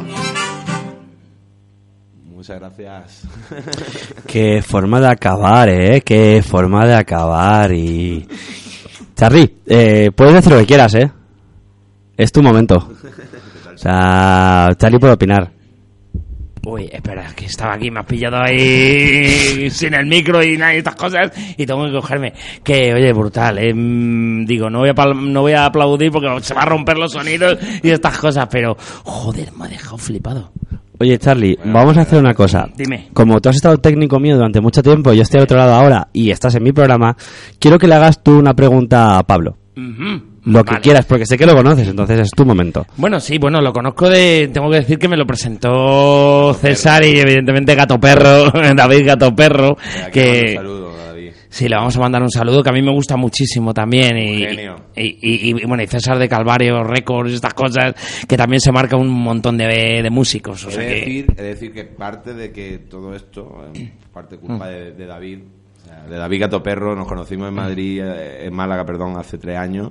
Muchas gracias. Qué forma de acabar, ¿eh? Qué forma de acabar. Y Charly, eh, puedes decir lo que quieras, ¿eh? Es tu momento. O sea, Charly puede opinar. Uy, espera, que estaba aquí, me has pillado ahí sin el micro y nada y estas cosas y tengo que cogerme. Que, oye, brutal, ¿eh? Digo, no voy, a pal- no voy a aplaudir porque se va a romper los sonidos y estas cosas, pero, joder, me ha dejado flipado. Oye, Charly, bueno, vamos a hacer una cosa. Dime. Como tú has estado técnico mío durante mucho tiempo, yo estoy al otro lado ahora y estás en mi programa, quiero que le hagas tú una pregunta a Pablo. Uh-huh. Lo Vale. que quieras, porque sé que lo conoces, entonces es tu momento. Bueno, sí, bueno, lo conozco de... Tengo que decir que me lo presentó César y evidentemente Gato Perro, David Gato Perro, que... Un saludo, David. Sí, le vamos a mandar un saludo, que a mí me gusta muchísimo también. Y, Genio. y, y, y, bueno, y César de Calvario Records, estas cosas, que también se marca un montón de, de músicos. O He sea de que... decir, he de decir que parte de que todo esto, eh, parte culpa de, de David, o sea, de David Gato Perro, nos conocimos en Madrid, eh, en Málaga, perdón, hace tres años,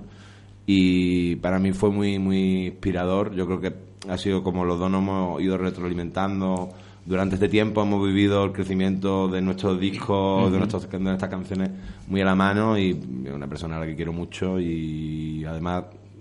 y para mí fue muy, muy inspirador. Yo creo que ha sido como los dos nos hemos ido retroalimentando. Durante este tiempo hemos vivido el crecimiento de nuestros discos, uh-huh. de, nuestros, de nuestras canciones muy a la mano, y es una persona a la que quiero mucho, y además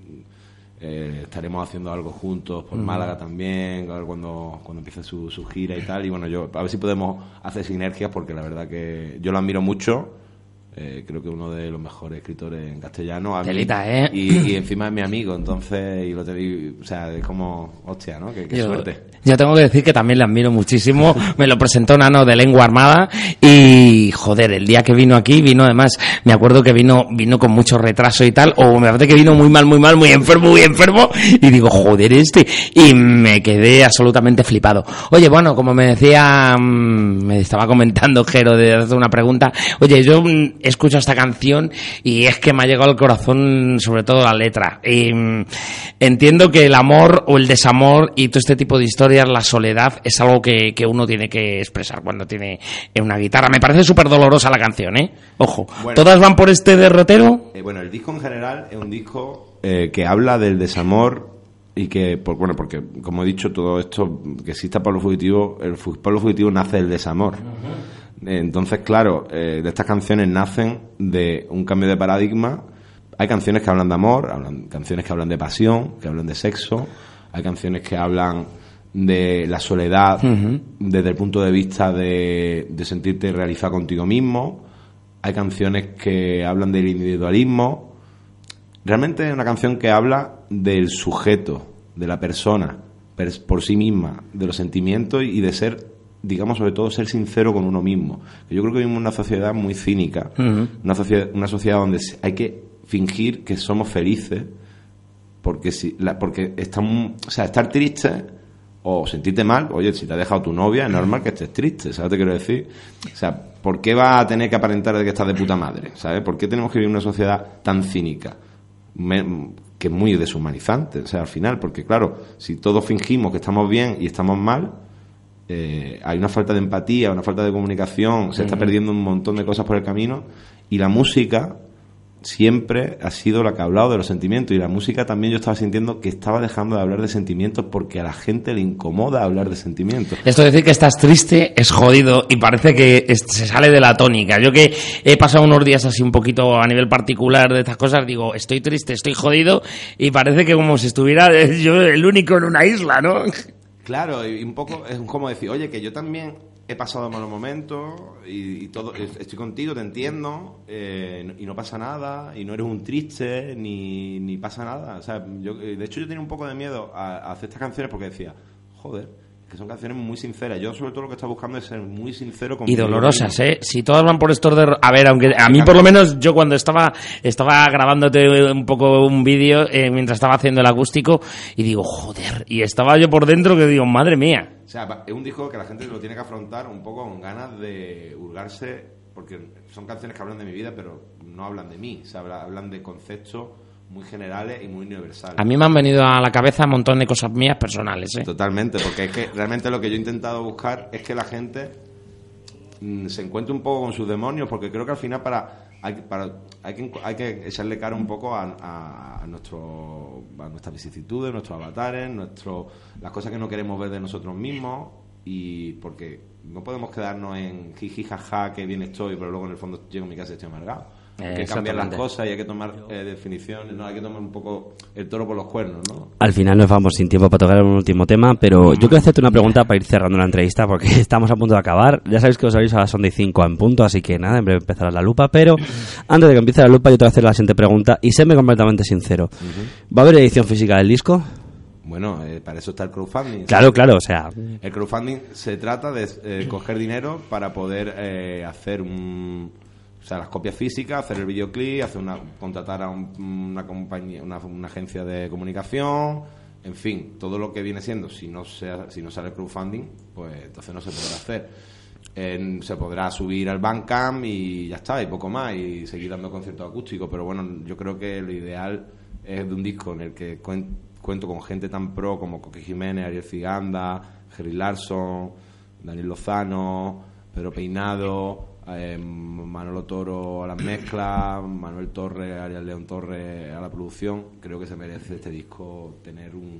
eh, estaremos haciendo algo juntos por uh-huh. Málaga también, a ver cuando, cuando empiece su, su gira y tal, y bueno, yo a ver si podemos hacer sinergias, porque la verdad que yo lo admiro mucho. Eh, creo que uno de los mejores escritores en castellano. A mí, Telita, ¿eh? Y, y encima es mi amigo, entonces, y lo te, y, o sea, es como, hostia, ¿no? Qué, qué yo, suerte. Yo tengo que decir que también le admiro muchísimo. Me lo presentó Nano de Lengua Armada y, joder, el día que vino aquí, vino además, me acuerdo que vino vino con mucho retraso y tal, o me parece que vino muy mal, muy mal, muy enfermo, muy enfermo, y digo, joder, este, y me quedé absolutamente flipado. Oye, bueno, como me decía, me estaba comentando Jero de hacer una pregunta, oye, yo escucho esta canción y es que me ha llegado al corazón, sobre todo la letra. Y mm, entiendo que el amor o el desamor y todo este tipo de historias, la soledad, es algo que, que uno tiene que expresar cuando tiene una guitarra. Me parece súper dolorosa la canción, ¿eh? Ojo, bueno, ¿todas van por este derrotero? Eh, bueno, el disco en general es un disco eh, que habla del desamor y que, por, bueno, porque como he dicho, todo esto que exista Pablo Fugitivo, el Pablo Fugitivo nace del desamor. Uh-huh. Entonces, claro, eh, de estas canciones nacen de un cambio de paradigma. Hay canciones que hablan de amor, hablan, canciones que hablan de pasión, que hablan de sexo. Hay canciones que hablan de la soledad uh-huh. desde el punto de vista de, de sentirte realizado contigo mismo. Hay canciones que hablan del individualismo. Realmente es una canción que habla del sujeto, de la persona, por sí misma, de los sentimientos y de ser, digamos, sobre todo ser sincero con uno mismo. Yo creo que vivimos en una sociedad muy cínica, uh-huh. una sociedad, una sociedad donde hay que fingir que somos felices porque si la, porque está, o sea, estar triste o sentirte mal, oye, si te ha dejado tu novia, es normal que estés triste, ¿sabes lo que quiero decir? O sea, ¿por qué vas a tener que aparentar de que estás de puta madre? ¿Sabes? ¿Por qué tenemos que vivir en una sociedad tan cínica? Me, que es muy deshumanizante, o sea, al final, porque claro, si todos fingimos que estamos bien y estamos mal, eh, hay una falta de empatía, una falta de comunicación, se está perdiendo un montón de cosas por el camino, y la música siempre ha sido la que ha hablado de los sentimientos, y la música también yo estaba sintiendo que estaba dejando de hablar de sentimientos porque a la gente le incomoda hablar de sentimientos. Esto de decir que estás triste es jodido y parece que es, se sale de la tónica. Yo que he pasado unos días así un poquito a nivel particular de estas cosas, digo, estoy triste, estoy jodido, y parece que como si estuviera yo el único en una isla, ¿no? Claro, y un poco es como decir, oye, que yo también he pasado malos momentos y, y todo, estoy contigo, te entiendo, eh, y no pasa nada, y no eres un triste, ni, ni pasa nada. O sea, yo, de hecho yo tenía un poco de miedo a, a hacer estas canciones porque decía, joder, que son canciones muy sinceras. Yo sobre todo lo que estoy buscando es ser muy sincero con y dolorosas, ¿eh? Si todas van por estos de... A ver, aunque a mí por lo menos yo cuando estaba estaba grabándote un poco un vídeo eh, mientras estaba haciendo el acústico y digo, joder, y estaba yo por dentro que digo, madre mía. O sea, es un disco que la gente lo tiene que afrontar un poco con ganas de hurgarse, porque son canciones que hablan de mi vida, pero no hablan de mí, o sea, hablan de conceptos muy generales y muy universales. A mí me han venido a la cabeza un montón de cosas mías personales, ¿eh? Totalmente, porque es que realmente lo que yo he intentado buscar es que la gente mmm, se encuentre un poco con sus demonios, porque creo que al final para hay, para, hay, que, hay que echarle cara un poco a, a, a, nuestro, a nuestras vicisitudes, nuestros avatares, nuestro, las cosas que no queremos ver de nosotros mismos, y porque no podemos quedarnos en jiji, jaja, que bien estoy, pero luego en el fondo llego a mi casa y estoy amargado. Hay que cambiar las cosas y hay que tomar eh, definiciones, ¿no? Hay que tomar un poco el toro por los cuernos, ¿no? Al final nos vamos sin tiempo para tocar un último tema, pero yo quiero hacerte una pregunta para ir cerrando la entrevista porque estamos a punto de acabar. Ya sabéis que os aviso a las once y cinco en punto, así que nada, en breve empezará la lupa, pero antes de que empiece la lupa yo te voy a hacer la siguiente pregunta y séme completamente sincero. Uh-huh. ¿Va a haber edición física del disco? Bueno, eh, para eso está el crowdfunding. Claro, ¿sí? Claro, o sea... El crowdfunding se trata de eh, coger dinero para poder eh, hacer un... O sea, las copias físicas, hacer el videoclip, hacer una, contratar a un, una compañía, una, una agencia de comunicación, en fin, todo lo que viene siendo. Si no sea, si no sale el crowdfunding, pues entonces no se podrá hacer. En, se podrá subir al Bandcamp y ya está, y poco más, y seguir dando conciertos acústicos. Pero bueno, yo creo que lo ideal es de un disco en el que cuen, cuento con gente tan pro como Coqui Jiménez, Ariel Ciganda, Jerry Larson, Daniel Lozano, Pedro Peinado... Eh, Manolo Toro a las mezclas, Manuel Torres, Ariel León Torres a la producción. Creo que se merece este disco tener un,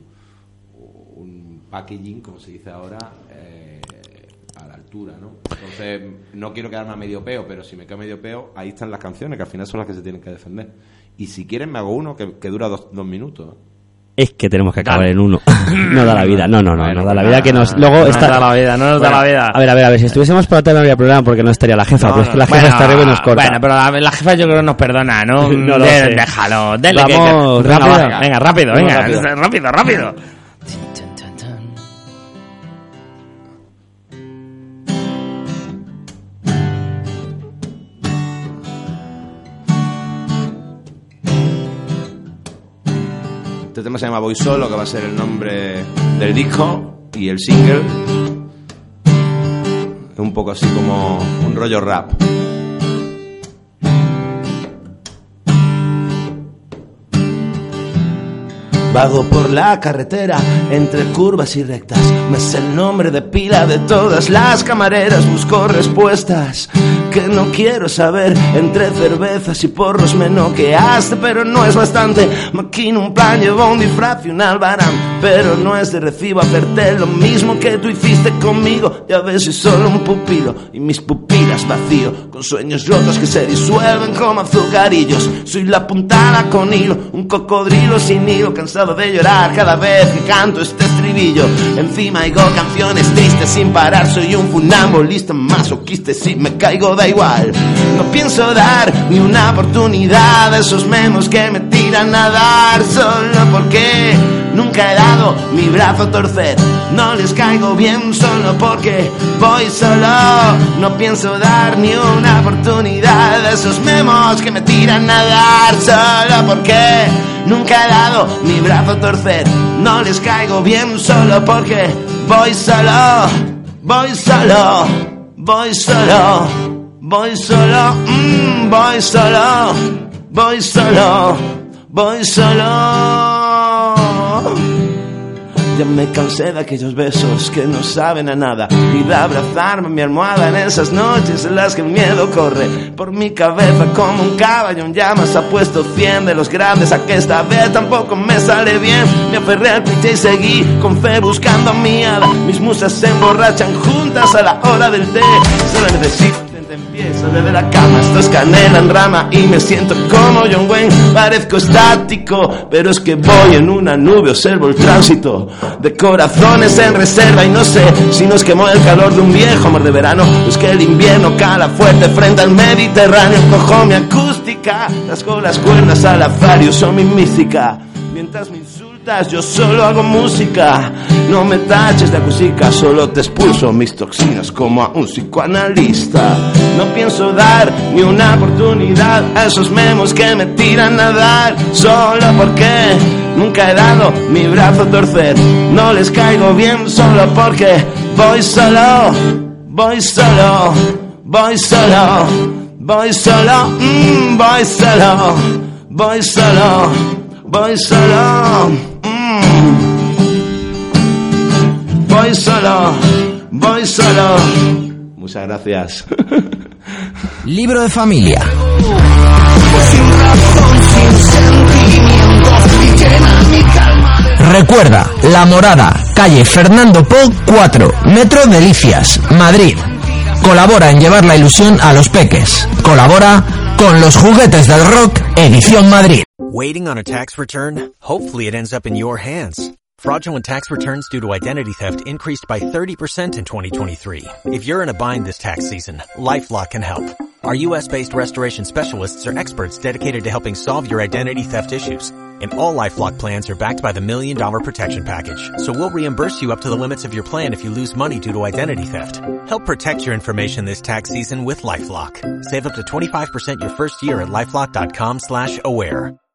un packaging, como se dice ahora, eh, a la altura, ¿no? Entonces, no quiero quedarme a medio peo, pero si me quedo a medio peo, ahí están las canciones, que al final son las que se tienen que defender. Y si quieren me hago uno que, que dura dos, dos minutos. Es que tenemos que acabar Dale. en uno. No da la vida. No, no, no. Bueno, no da la vida que nos... Luego no está... da la vida, no nos bueno, da la vida. A ver, a ver, a ver. Si estuviésemos por la tarde no habría problema porque no estaría la jefa. No, pero es que la jefa bueno, está arriba y nos corta. Bueno, pero la, la jefa yo creo que nos perdona, ¿no? No lo De, sé. Déjalo. Dele, Vamos, que, que, rápido. Venga, venga, rápido, Vamos venga. rápido, Rápido, rápido. Este tema se llama Voy Solo, que va a ser el nombre del disco, y el single es un poco así como un rollo rap. Vago por la carretera entre curvas y rectas, me sé el nombre de pila de todas las camareras, busco respuestas que no quiero saber, entre cervezas y porros me noqueaste, pero no es bastante. Maquino un plan, llevo un disfraz y un albarán, pero no es de recibo hacerte lo mismo que tú hiciste conmigo. Ya ves, soy solo un pupilo y mis pupilas vacío, con sueños rotos que se disuelven como azucarillos. Soy la puntada con hilo, un cocodrilo sin hilo, cansado de llorar cada vez que canto este estribillo. Encima oigo canciones tristes sin parar, soy un funambulista masoquista, si me caigo da igual. No pienso dar ni una oportunidad a esos menos que me tiran a dar, solo porque nunca he dado mi brazo a torcer. No les caigo bien solo porque voy solo. No pienso dar ni una oportunidad a esos memos que me tiran a dar, solo porque nunca he dado mi brazo a torcer. No les caigo bien solo porque voy solo. Voy solo, voy solo, voy solo, mm, voy solo, voy solo, voy solo. Ya me cansé de aquellos besos que no saben a nada y de abrazarme en mi almohada en esas noches en las que el miedo corre por mi cabeza como un caballo en llamas. Ha puesto cien de los grandes a que esta vez tampoco me sale bien. Me aferré al cliché y seguí con fe buscando a mi hada. Mis musas se emborrachan juntas a la hora del té. Solo necesito empiezo desde la cama, esto es canela en rama y me siento como John Wayne. Parezco estático, pero es que voy en una nube, observo el tránsito de corazones en reserva y no sé si nos quemó el calor de un viejo amor de verano, es que el invierno cala fuerte frente al Mediterráneo. Cojo mi acústica, rasgo las cuerdas al azar y uso mi mística. Mientras me insultas yo solo hago música. No me taches de acústica, solo te expulso mis toxinas como a un psicoanalista. No pienso dar ni una oportunidad a esos memos que me tiran a dar, solo porque nunca he dado mi brazo a torcer. No les caigo bien solo porque voy solo. Voy solo, voy solo, voy solo, mm, voy solo, voy solo, voy solo, mm. Voy solo, voy solo. Muchas gracias. Libro de familia. Sin razón, sin sentimientos, y llena mi calma de... Recuerda, La Morada, calle Fernando Po cuatro, Metro Delicias, Madrid. Colabora en llevar la ilusión a los peques. Colabora con Los Juguetes del Rock, Edición Madrid. Waiting on a tax return? Hopefully it ends up in your hands. Fraudulent tax returns due to identity theft increased by thirty percent in twenty twenty-three. If you're in a bind this tax season, LifeLock can help. Our U S-based restoration specialists are experts dedicated to helping solve your identity theft issues. And all LifeLock plans are backed by the Million Dollar Protection Package. So we'll reimburse you up to the limits of your plan if you lose money due to identity theft. Help protect your information this tax season with LifeLock. Save up to twenty-five percent your first year at LifeLock.com slash aware.